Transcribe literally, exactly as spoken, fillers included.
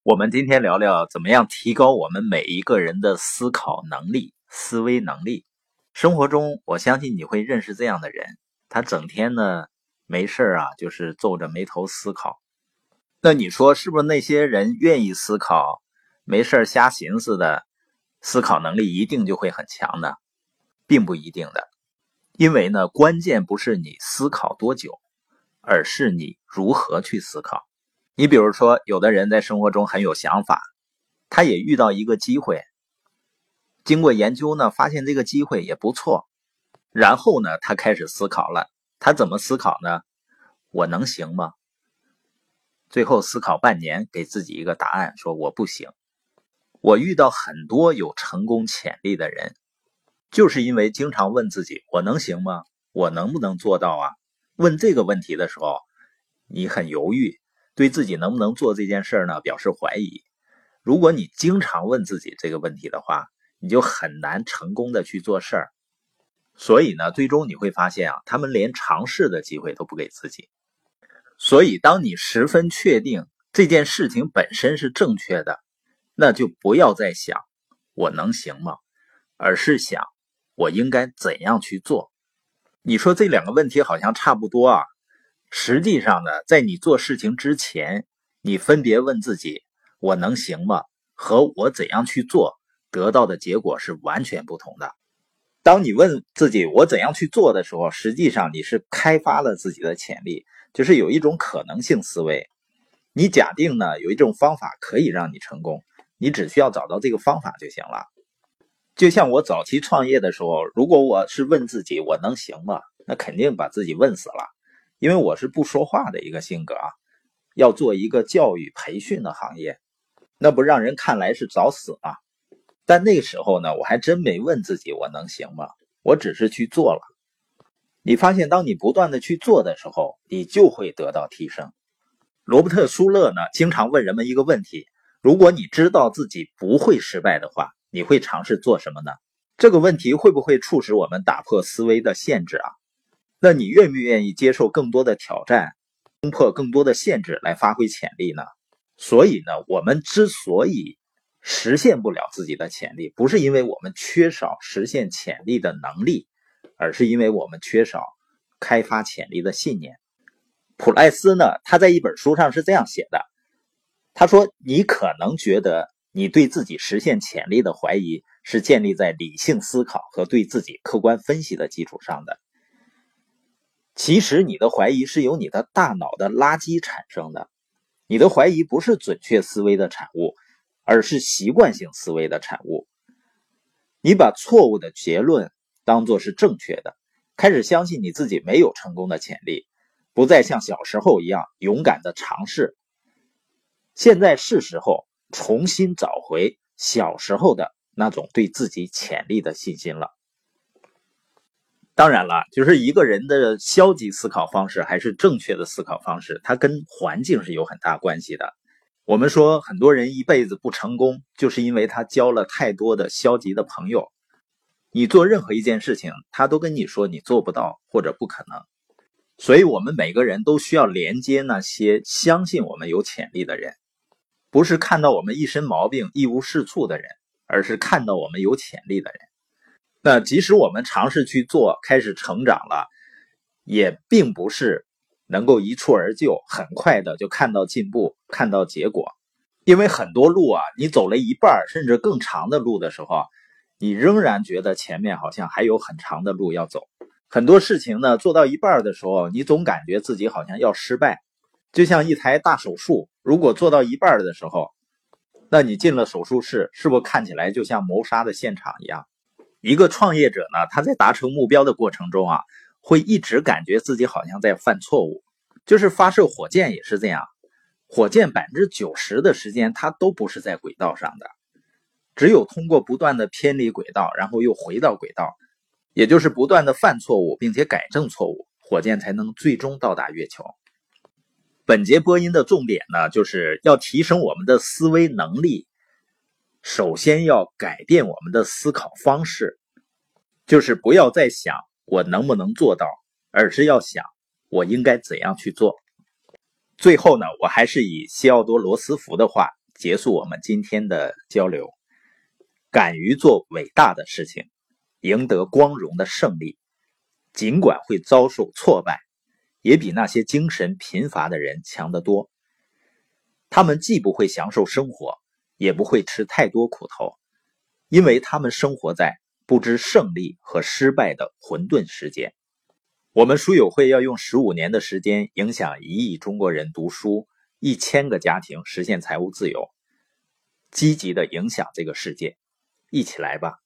我们今天聊聊怎么样提高我们每一个人的思考能力、思维能力。生活中，我相信你会认识这样的人，他整天呢没事啊，就是皱着眉头思考。那你说是不是那些人愿意思考，没事瞎寻思的，思考能力一定就会很强呢？并不一定的，因为呢，关键不是你思考多久，而是你如何去思考。你比如说，有的人在生活中很有想法，他也遇到一个机会，经过研究呢，发现这个机会也不错，然后呢，他开始思考了。他怎么思考呢？我能行吗？最后思考半年，给自己一个答案，说我不行。我遇到很多有成功潜力的人，就是因为经常问自己，我能行吗？我能不能做到啊？问这个问题的时候，你很犹豫，对自己能不能做这件事呢表示怀疑。如果你经常问自己这个问题的话，你就很难成功的去做事儿。所以呢，最终你会发现啊，他们连尝试的机会都不给自己。所以当你十分确定这件事情本身是正确的，那就不要再想我能行吗？而是想我应该怎样去做。你说这两个问题好像差不多啊，实际上呢，在你做事情之前，你分别问自己我能行吗和我怎样去做，得到的结果是完全不同的。当你问自己我怎样去做的时候，实际上你是开发了自己的潜力，就是有一种可能性思维。你假定呢有一种方法可以让你成功，你只需要找到这个方法就行了。就像我早期创业的时候，如果我是问自己我能行吗，那肯定把自己问死了，因为我是不说话的一个性格啊。要做一个教育培训的行业，那不让人看来是找死吗？但那个时候呢，我还真没问自己我能行吗？我只是去做了。你发现当你不断的去做的时候，你就会得到提升。罗伯特·舒勒呢，经常问人们一个问题，如果你知道自己不会失败的话，你会尝试做什么呢？这个问题会不会促使我们打破思维的限制啊？那你愿不愿意接受更多的挑战，攻破更多的限制来发挥潜力呢？所以呢，我们之所以实现不了自己的潜力，不是因为我们缺少实现潜力的能力，而是因为我们缺少开发潜力的信念。普赖斯呢，他在一本书上是这样写的，他说你可能觉得你对自己实现潜力的怀疑是建立在理性思考和对自己客观分析的基础上的，其实你的怀疑是由你的大脑的垃圾产生的。你的怀疑不是准确思维的产物，而是习惯性思维的产物。你把错误的结论当作是正确的，开始相信你自己没有成功的潜力，不再像小时候一样勇敢的尝试。现在是时候重新找回小时候的那种对自己潜力的信心了。当然了，就是一个人的消极思考方式还是正确的思考方式，它跟环境是有很大关系的。我们说很多人一辈子不成功，就是因为他交了太多的消极的朋友。你做任何一件事情，他都跟你说你做不到或者不可能。所以我们每个人都需要连接那些相信我们有潜力的人，不是看到我们一身毛病一无是处的人，而是看到我们有潜力的人。那即使我们尝试去做，开始成长了，也并不是能够一蹴而就，很快的就看到进步，看到结果。因为很多路啊，你走了一半甚至更长的路的时候，你仍然觉得前面好像还有很长的路要走。很多事情呢，做到一半的时候，你总感觉自己好像要失败。就像一台大手术，如果做到一半的时候，那你进了手术室，是不是看起来就像谋杀的现场一样？一个创业者呢，他在达成目标的过程中啊，会一直感觉自己好像在犯错误。就是发射火箭也是这样，火箭 百分之九十 的时间它都不是在轨道上的，只有通过不断的偏离轨道，然后又回到轨道，也就是不断的犯错误并且改正错误，火箭才能最终到达月球。本节播音的重点呢，就是要提升我们的思维能力，首先要改变我们的思考方式，就是不要再想我能不能做到，而是要想我应该怎样去做。最后呢，我还是以西奥多·罗斯福的话结束我们今天的交流。敢于做伟大的事情，赢得光荣的胜利，尽管会遭受挫败，也比那些精神贫乏的人强得多。他们既不会享受生活，也不会吃太多苦头，因为他们生活在不知胜利和失败的混沌时间。我们书友会要用十五年的时间影响一亿中国人读书，一千个家庭实现财务自由，积极的影响这个世界。一起来吧。